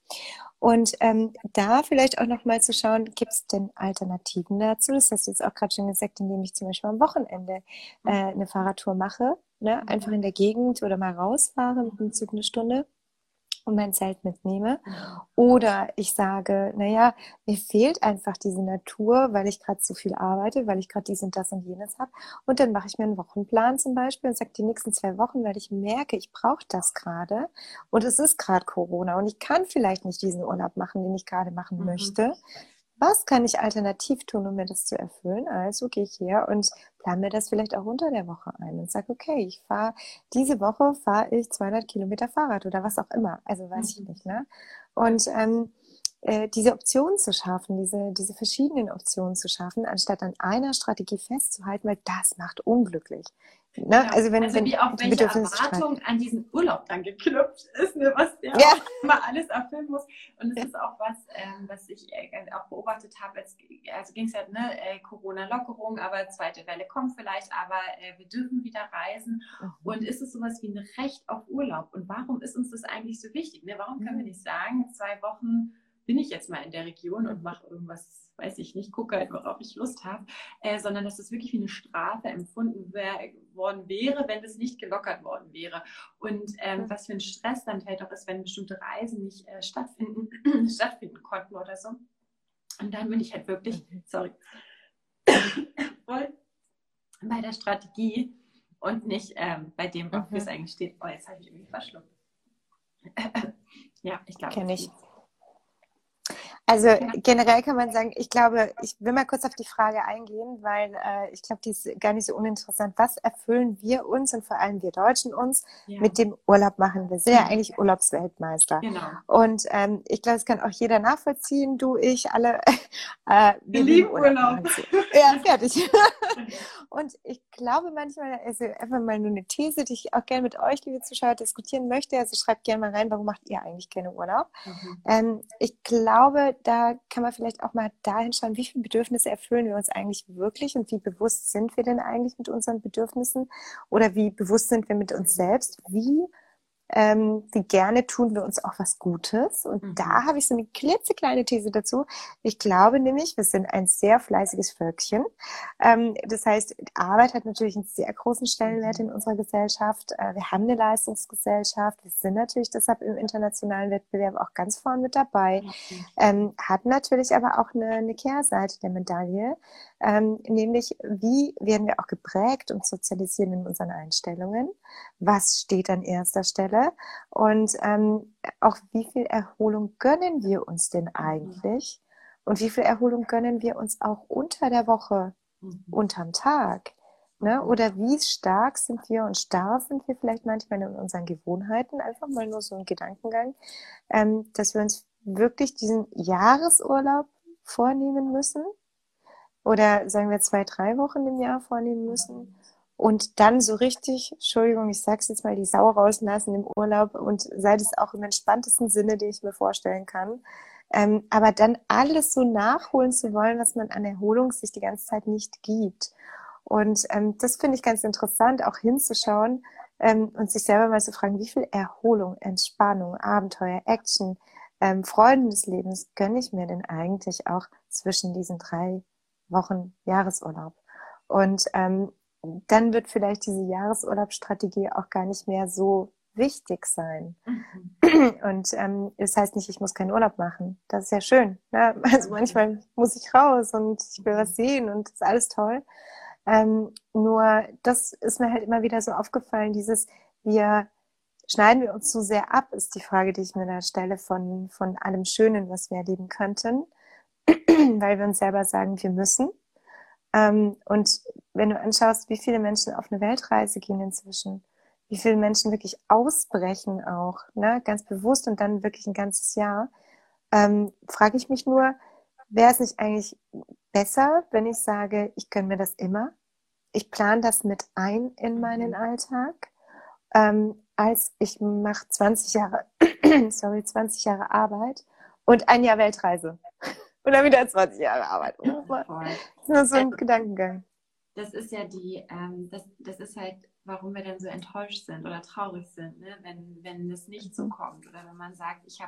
Und da vielleicht auch nochmal zu schauen, gibt es denn Alternativen dazu? Das hast du jetzt auch gerade schon gesagt, indem ich zum Beispiel am Wochenende eine Fahrradtour mache, ne? Einfach in der Gegend oder mal rausfahre mit dem Zug eine Stunde und mein Zelt mitnehme. Oder ich sage, naja, mir fehlt einfach diese Natur, weil ich gerade so viel arbeite, weil ich gerade dies und das und jenes habe. Und dann mache ich mir einen Wochenplan zum Beispiel und sage die nächsten 2 Wochen, weil ich merke, ich brauche das gerade. Und es ist gerade Corona und ich kann vielleicht nicht diesen Urlaub machen, den ich gerade machen möchte. Was kann ich alternativ tun, um mir das zu erfüllen? Also gehe ich her und plane mir das vielleicht auch unter der Woche ein und sage, okay, diese Woche fahre ich 200 Kilometer Fahrrad oder was auch immer. Also weiß ich nicht, ne? Und diese Optionen zu schaffen, diese verschiedenen Optionen zu schaffen, anstatt an einer Strategie festzuhalten, weil das macht unglücklich. Ne? Genau. Also wenn Wie auch die welche Bedürfnisse Erwartung an diesen Urlaub dann geknüpft ist, ne, was der ja. auch immer alles erfüllen muss. Und es ist auch was, was ich auch beobachtet habe, also ging es ja, ne, Corona-Lockerung, aber zweite Welle kommt vielleicht, aber wir dürfen wieder reisen. Und ist es sowas wie ein Recht auf Urlaub? Und warum ist uns das eigentlich so wichtig? Ne? Warum können wir nicht sagen, 2 Wochen bin ich jetzt mal in der Region und mache irgendwas, weiß ich nicht, gucke halt, worauf ich Lust habe, sondern dass es wirklich wie eine Strafe empfunden worden wäre, wenn es nicht gelockert worden wäre. Und was für ein Stress dann vielleicht auch ist, wenn bestimmte Reisen nicht stattfinden konnten oder so. Und dann bin ich halt wirklich, sorry, voll bei der Strategie und nicht bei dem, wofür es eigentlich steht. Oh, jetzt habe ich irgendwie verschluckt. Ja, ich glaube, Kenne ich. Also generell kann man sagen, ich glaube, ich will mal kurz auf die Frage eingehen, weil ich glaube, die ist gar nicht so uninteressant. Was erfüllen wir uns und vor allem wir Deutschen uns mit dem Urlaub machen? Wir sind ja eigentlich Urlaubsweltmeister. Genau. Und ich glaube, das kann auch jeder nachvollziehen, du, ich, alle. Wir lieben Urlaub. Ja, fertig. Und ich glaube manchmal, also einfach mal nur eine These, die ich auch gerne mit euch, liebe Zuschauer, diskutieren möchte. Also schreibt gerne mal rein, warum macht ihr eigentlich gerne Urlaub? Ich glaube, da kann man vielleicht auch mal dahin schauen, wie viele Bedürfnisse erfüllen wir uns eigentlich wirklich und wie bewusst sind wir denn eigentlich mit unseren Bedürfnissen oder wie bewusst sind wir mit uns selbst, wie gerne tun wir uns auch was Gutes. Und da habe ich so eine klitzekleine These dazu. Ich glaube nämlich, wir sind ein sehr fleißiges Völkchen. Das heißt, Arbeit hat natürlich einen sehr großen Stellenwert in unserer Gesellschaft. Wir haben eine Leistungsgesellschaft. Wir sind natürlich deshalb im internationalen Wettbewerb auch ganz vorn mit dabei. Hat natürlich aber auch eine Kehrseite der Medaille. Nämlich, wie werden wir auch geprägt und sozialisieren in unseren Einstellungen? Was steht an erster Stelle? Und auch wie viel Erholung gönnen wir uns denn eigentlich? Und wie viel Erholung gönnen wir uns auch unter der Woche, unterm Tag? Ne? Oder wie stark sind wir und starr sind wir vielleicht manchmal in unseren Gewohnheiten? Einfach mal nur so ein Gedankengang, dass wir uns wirklich diesen Jahresurlaub vornehmen müssen oder sagen wir 2, 3 Wochen im Jahr vornehmen müssen und dann so richtig, Entschuldigung, ich sag's jetzt mal, die Sau rauslassen im Urlaub und sei es auch im entspanntesten Sinne, den ich mir vorstellen kann. Aber dann alles so nachholen zu wollen, was man an Erholung sich die ganze Zeit nicht gibt. Und das finde ich ganz interessant, auch hinzuschauen und sich selber mal zu fragen, wie viel Erholung, Entspannung, Abenteuer, Action, Freuden des Lebens gönne ich mir denn eigentlich auch zwischen diesen 3 Wochen Jahresurlaub? Und dann wird vielleicht diese Jahresurlaubsstrategie auch gar nicht mehr so wichtig sein. Und das heißt nicht, ich muss keinen Urlaub machen. Das ist ja schön. Ne? Also manchmal muss ich raus und ich will was sehen und das ist alles toll. Nur das ist mir halt immer wieder so aufgefallen, schneiden wir uns zu sehr ab, ist die Frage, die ich mir da stelle, von allem Schönen, was wir erleben könnten, weil wir uns selber sagen, wir müssen. Und wenn du anschaust, wie viele Menschen auf eine Weltreise gehen inzwischen, wie viele Menschen wirklich ausbrechen auch, ne, ganz bewusst und dann wirklich ein ganzes Jahr, frage ich mich nur, wäre es nicht eigentlich besser, wenn ich sage, ich gönne mir das immer, ich plane das mit ein in meinen Alltag, als ich mache 20 Jahre, 20 Jahre Arbeit und ein Jahr Weltreise. Und dann wieder 20 Jahre Arbeit. Das ist nur so ein Gedankengang. Das ist ja das ist halt, warum wir dann so enttäuscht sind oder traurig sind, ne? Wenn es nicht so kommt. Oder wenn man sagt, ich habe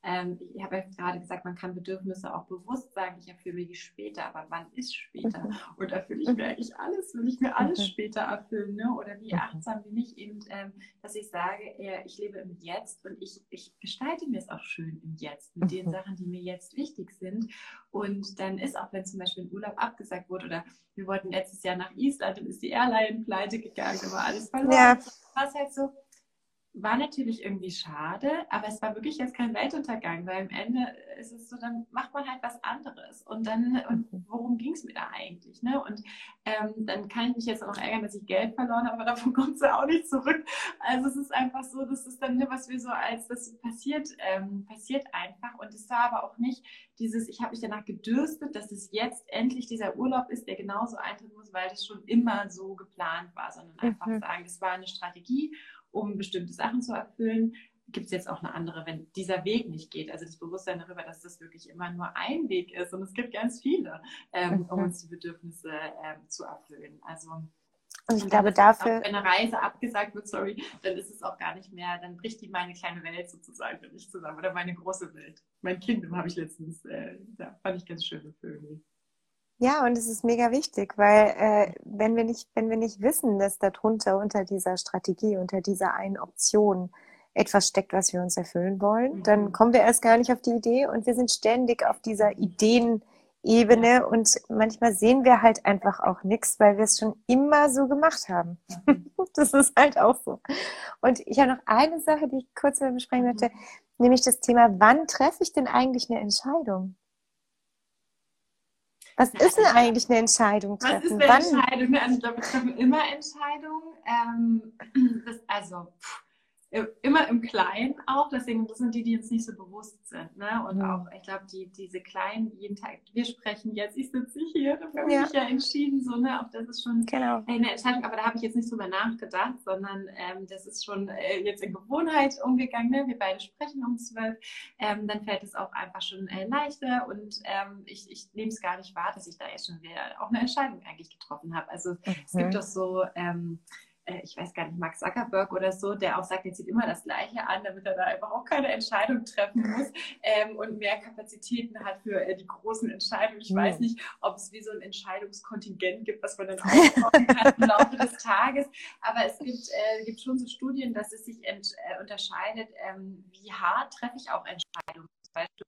Ich habe ja gerade gesagt, man kann Bedürfnisse auch bewusst sagen, ich erfülle mir die später, aber wann ist später? Und erfülle ich mir eigentlich alles? Will ich mir alles später erfüllen? Ne? Oder wie achtsam bin ich eben, dass ich sage, ich lebe im Jetzt und ich gestalte mir es auch schön im Jetzt mit den Sachen, die mir jetzt wichtig sind. Und dann ist auch, wenn zum Beispiel ein Urlaub abgesagt wurde oder wir wollten letztes Jahr nach Island, dann ist die Airline pleite gegangen, da war alles verloren. Ja. War es halt so, war natürlich irgendwie schade, aber es war wirklich jetzt kein Weltuntergang, weil am Ende ist es so, dann macht man halt was anderes. Und dann, und worum ging es mir da eigentlich? Ne? Und dann kann ich mich jetzt auch noch ärgern, dass ich Geld verloren habe, aber davon kommt es ja auch nicht zurück. Also es ist einfach so, das ist dann, was wir so als das passiert, passiert einfach. Und es war aber auch nicht dieses, ich habe mich danach gedürstet, dass es jetzt endlich dieser Urlaub ist, der genauso eintreten muss, weil das schon immer so geplant war, sondern einfach sagen, das war eine Strategie, um bestimmte Sachen zu erfüllen. Gibt es jetzt auch eine andere, wenn dieser Weg nicht geht. Also das Bewusstsein darüber, dass das wirklich immer nur ein Weg ist. Und es gibt ganz viele, um uns die Bedürfnisse zu erfüllen. Also und ich glaube, dafür, wenn eine Reise abgesagt wird, sorry, dann ist es auch gar nicht mehr, dann bricht die meine kleine Welt sozusagen nicht zusammen oder meine große Welt. Mein Kind habe ich letztens, fand ich ganz schön irgendwie. ja, und es ist mega wichtig, weil wenn wir nicht wissen, dass darunter unter dieser Strategie, unter dieser einen Option etwas steckt, was wir uns erfüllen wollen, dann kommen wir erst gar nicht auf die Idee und wir sind ständig auf dieser Ideenebene und manchmal sehen wir halt einfach auch nichts, weil wir es schon immer so gemacht haben. Das ist halt auch so. Und ich habe noch eine Sache, die ich kurz mal besprechen möchte, nämlich das Thema, wann treffe ich denn eigentlich eine Entscheidung? Was ist denn eigentlich eine Entscheidung treffen? Was ist eine Entscheidung? Also ich glaube, wir treffen immer Entscheidungen. Immer im Kleinen auch. Deswegen, das sind die uns nicht so bewusst sind. Ne? Und auch, ich glaube, diese Kleinen, jeden Tag, wir sprechen jetzt, ich sitze hier, da habe ich mich ja entschieden. So, ne? Auch das ist schon eine Entscheidung. Aber da habe ich jetzt nicht drüber nachgedacht, sondern das ist schon jetzt in Gewohnheit umgegangen. Ne? Wir beide sprechen um 12. Dann fällt es auch einfach schon leichter. Und ich nehme es gar nicht wahr, dass ich da jetzt schon wieder auch eine Entscheidung eigentlich getroffen habe. Also es gibt doch so ich weiß gar nicht, Mark Zuckerberg oder so, der auch sagt, er zieht immer das Gleiche an, damit er da einfach auch keine Entscheidung treffen muss und mehr Kapazitäten hat für die großen Entscheidungen. Ich weiß nicht, ob es wie so ein Entscheidungskontingent gibt, was man dann aufbauen kann im Laufe des Tages, aber es gibt schon so Studien, dass es sich unterscheidet, wie hart treffe ich auch Entscheidungen. Zum Beispiel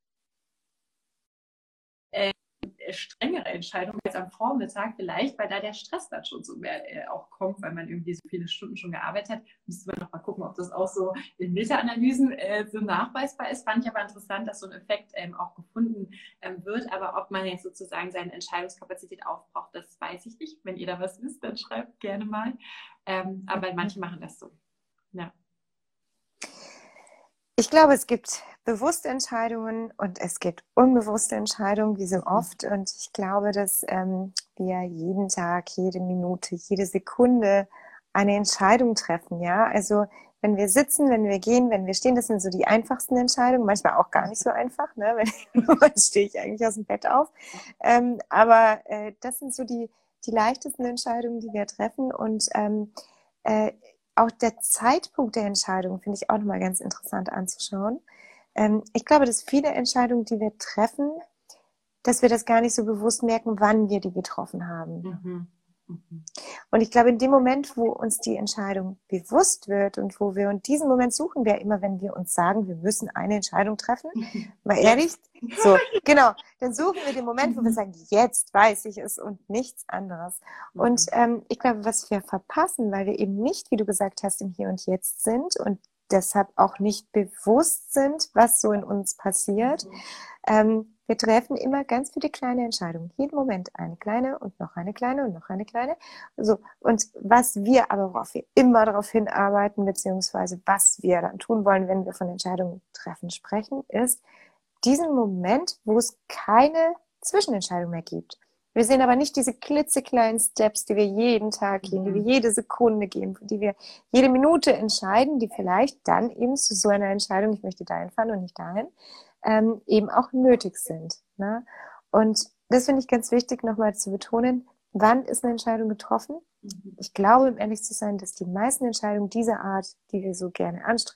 strengere Entscheidungen als am Vormittag vielleicht, weil da der Stress dann schon so mehr auch kommt, weil man irgendwie so viele Stunden schon gearbeitet hat. Müsste man noch mal gucken, ob das auch so in Meta-Analysen so nachweisbar ist. Fand ich aber interessant, dass so ein Effekt auch gefunden wird. Aber ob man jetzt sozusagen seine Entscheidungskapazität aufbraucht, das weiß ich nicht. Wenn ihr da was wisst, dann schreibt gerne mal. Aber manche machen das so. Ja. Ich glaube, es gibt bewusste Entscheidungen und es gibt unbewusste Entscheidungen, wie so oft. Und ich glaube, dass wir jeden Tag, jede Minute, jede Sekunde eine Entscheidung treffen. Ja, also wenn wir sitzen, wenn wir gehen, wenn wir stehen, das sind so die einfachsten Entscheidungen. Manchmal auch gar nicht so einfach, ne? Wann stehe ich eigentlich aus dem Bett auf? Aber das sind so die leichtesten Entscheidungen, die wir treffen. Und auch der Zeitpunkt der Entscheidung finde ich auch nochmal ganz interessant anzuschauen. Ich glaube, dass viele Entscheidungen, die wir treffen, dass wir das gar nicht so bewusst merken, wann wir die getroffen haben. Und ich glaube, in dem Moment, wo uns die Entscheidung bewusst wird und wo wir, und diesen Moment suchen wir immer, wenn wir uns sagen, wir müssen eine Entscheidung treffen, mal ehrlich, so, genau, dann suchen wir den Moment, wo wir sagen, jetzt weiß ich es und nichts anderes. Und ich glaube, was wir verpassen, weil wir eben nicht, wie du gesagt hast, im Hier und Jetzt sind und deshalb auch nicht bewusst sind, was so in uns passiert, wir treffen immer ganz viele kleine Entscheidungen. Jeden Moment eine kleine und noch eine kleine und noch eine kleine. So. Und was wir aber, worauf wir immer darauf hinarbeiten, beziehungsweise was wir dann tun wollen, wenn wir von Entscheidungen treffen sprechen, ist diesen Moment, wo es keine Zwischenentscheidung mehr gibt. Wir sehen aber nicht diese klitzekleinen Steps, die wir jeden Tag gehen, die wir jede Sekunde gehen, die wir jede Minute entscheiden, die vielleicht dann eben zu so einer Entscheidung, ich möchte dahin fahren und nicht dahin, eben auch nötig sind. Ne? Und das finde ich ganz wichtig, nochmal zu betonen, wann ist eine Entscheidung getroffen? Ich glaube, um ehrlich zu sein, dass die meisten Entscheidungen dieser Art, die wir so gerne anstreben,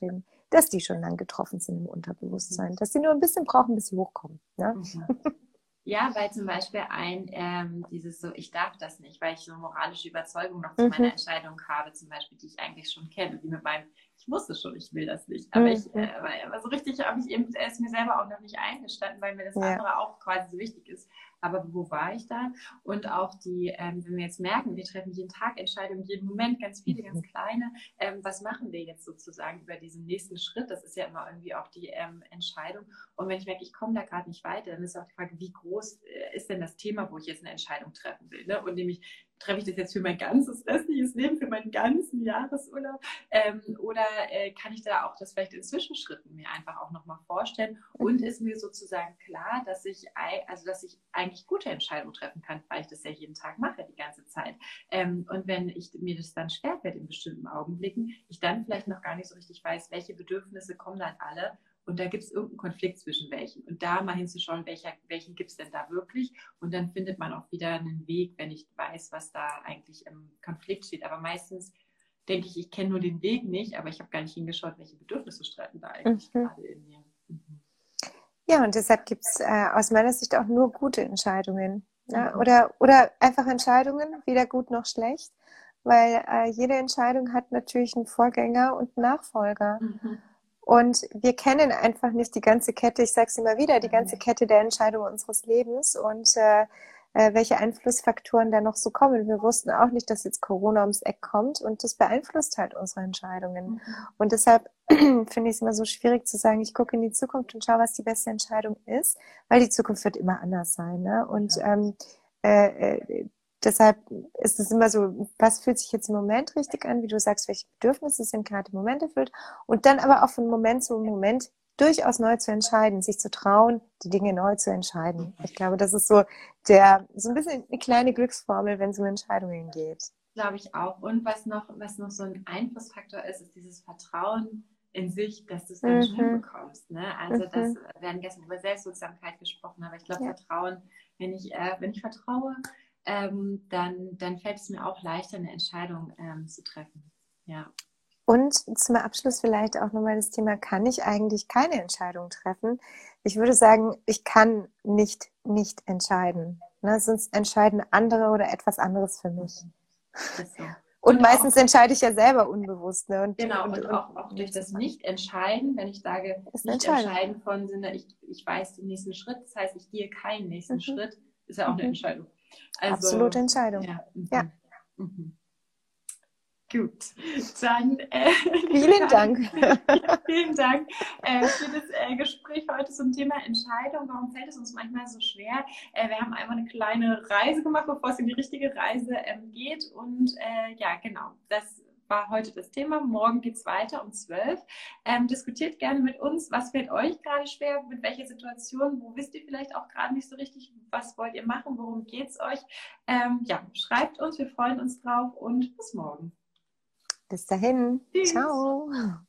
dass die schon lang getroffen sind im Unterbewusstsein, dass sie nur ein bisschen brauchen, bis sie hochkommen. Ne? Mhm. Ja, weil zum Beispiel dieses so, ich darf das nicht, weil ich so eine moralische Überzeugung noch zu meiner Entscheidung habe, zum Beispiel, die ich eigentlich schon kenne, wie mit meinem, ich wusste schon, ich will das nicht, aber aber so richtig habe ich eben es mir selber auch noch nicht eingestanden, weil mir das andere auch quasi so wichtig ist. Aber wo war ich da? Und auch wenn wir jetzt merken, wir treffen jeden Tag Entscheidungen, jeden Moment, ganz viele, ganz kleine, was machen wir jetzt sozusagen über diesen nächsten Schritt? Das ist ja immer irgendwie auch die Entscheidung. Und wenn ich merke, ich komme da gerade nicht weiter, dann ist auch die Frage, wie groß ist denn das Thema, wo ich jetzt eine Entscheidung treffen will? Ne? Und nämlich, treffe ich das jetzt für mein ganzes restliches Leben, für meinen ganzen Jahresurlaub? Oder kann ich da auch das vielleicht in Zwischenschritten mir einfach auch nochmal vorstellen? Und ist mir sozusagen klar, dass ich eigentlich gute Entscheidungen treffen kann, weil ich das ja jeden Tag mache, die ganze Zeit. Und wenn mir das dann schwerfällt in bestimmten Augenblicken, ich dann vielleicht noch gar nicht so richtig weiß, welche Bedürfnisse kommen dann alle. Und da gibt es irgendeinen Konflikt zwischen welchen. Und da mal hinzuschauen, welchen gibt es denn da wirklich? Und dann findet man auch wieder einen Weg, wenn ich weiß, was da eigentlich im Konflikt steht. Aber meistens denke ich kenne nur den Weg nicht, aber ich habe gar nicht hingeschaut, welche Bedürfnisse streiten da eigentlich gerade in mir. Ja, und deshalb gibt es aus meiner Sicht auch nur gute Entscheidungen. Ja? Oder einfach Entscheidungen, weder gut noch schlecht. Weil jede Entscheidung hat natürlich einen Vorgänger und einen Nachfolger. Und wir kennen einfach nicht die ganze Kette, ich sage es immer wieder, die ganze Kette der Entscheidungen unseres Lebens und welche Einflussfaktoren da noch so kommen. Wir wussten auch nicht, dass jetzt Corona ums Eck kommt und das beeinflusst halt unsere Entscheidungen. Und deshalb finde ich es immer so schwierig zu sagen, ich gucke in die Zukunft und schaue, was die beste Entscheidung ist, weil die Zukunft wird immer anders sein. Ne? Und deshalb ist es immer so, was fühlt sich jetzt im Moment richtig an, wie du sagst, welche Bedürfnisse sind gerade im Moment erfüllt und dann aber auch von Moment zu Moment durchaus neu zu entscheiden, sich zu trauen, die Dinge neu zu entscheiden. Ich glaube, das ist so ein bisschen eine kleine Glücksformel, wenn es um Entscheidungen geht. Glaube ich auch. Und was noch so ein Einflussfaktor ist, ist dieses Vertrauen in sich, dass du es dann schon hinbekommst. Ne? Also wir haben gestern über Selbstwirksamkeit gesprochen, aber ich glaube, Vertrauen, wenn ich vertraue, dann fällt es mir auch leichter, eine Entscheidung zu treffen. Ja. Und zum Abschluss vielleicht auch nochmal das Thema, kann ich eigentlich keine Entscheidung treffen? Ich würde sagen, ich kann nicht entscheiden. Ne? Sonst entscheiden andere oder etwas anderes für mich. So. Und meistens entscheide ich ja selber unbewusst. Ne? Und auch durch das Nicht-Entscheiden, wenn ich sage, Nicht-Entscheiden von Sinne, ich weiß den nächsten Schritt, das heißt, ich gehe keinen nächsten Schritt, ist ja auch eine Entscheidung. Also, absolute Entscheidung. Ja. Gut, dann vielen Dank. Vielen Dank für das Gespräch heute zum Thema Entscheidung. Warum fällt es uns manchmal so schwer? Wir haben einmal eine kleine Reise gemacht, bevor es in die richtige Reise geht. Und genau, das war heute das Thema. Morgen geht es weiter um 12. Diskutiert gerne mit uns, was fällt euch gerade schwer, mit welcher Situation, wo wisst ihr vielleicht auch gerade nicht so richtig, was wollt ihr machen, worum geht es euch? Schreibt uns, wir freuen uns drauf und bis morgen. Bis dahin. Tschüss. Ciao.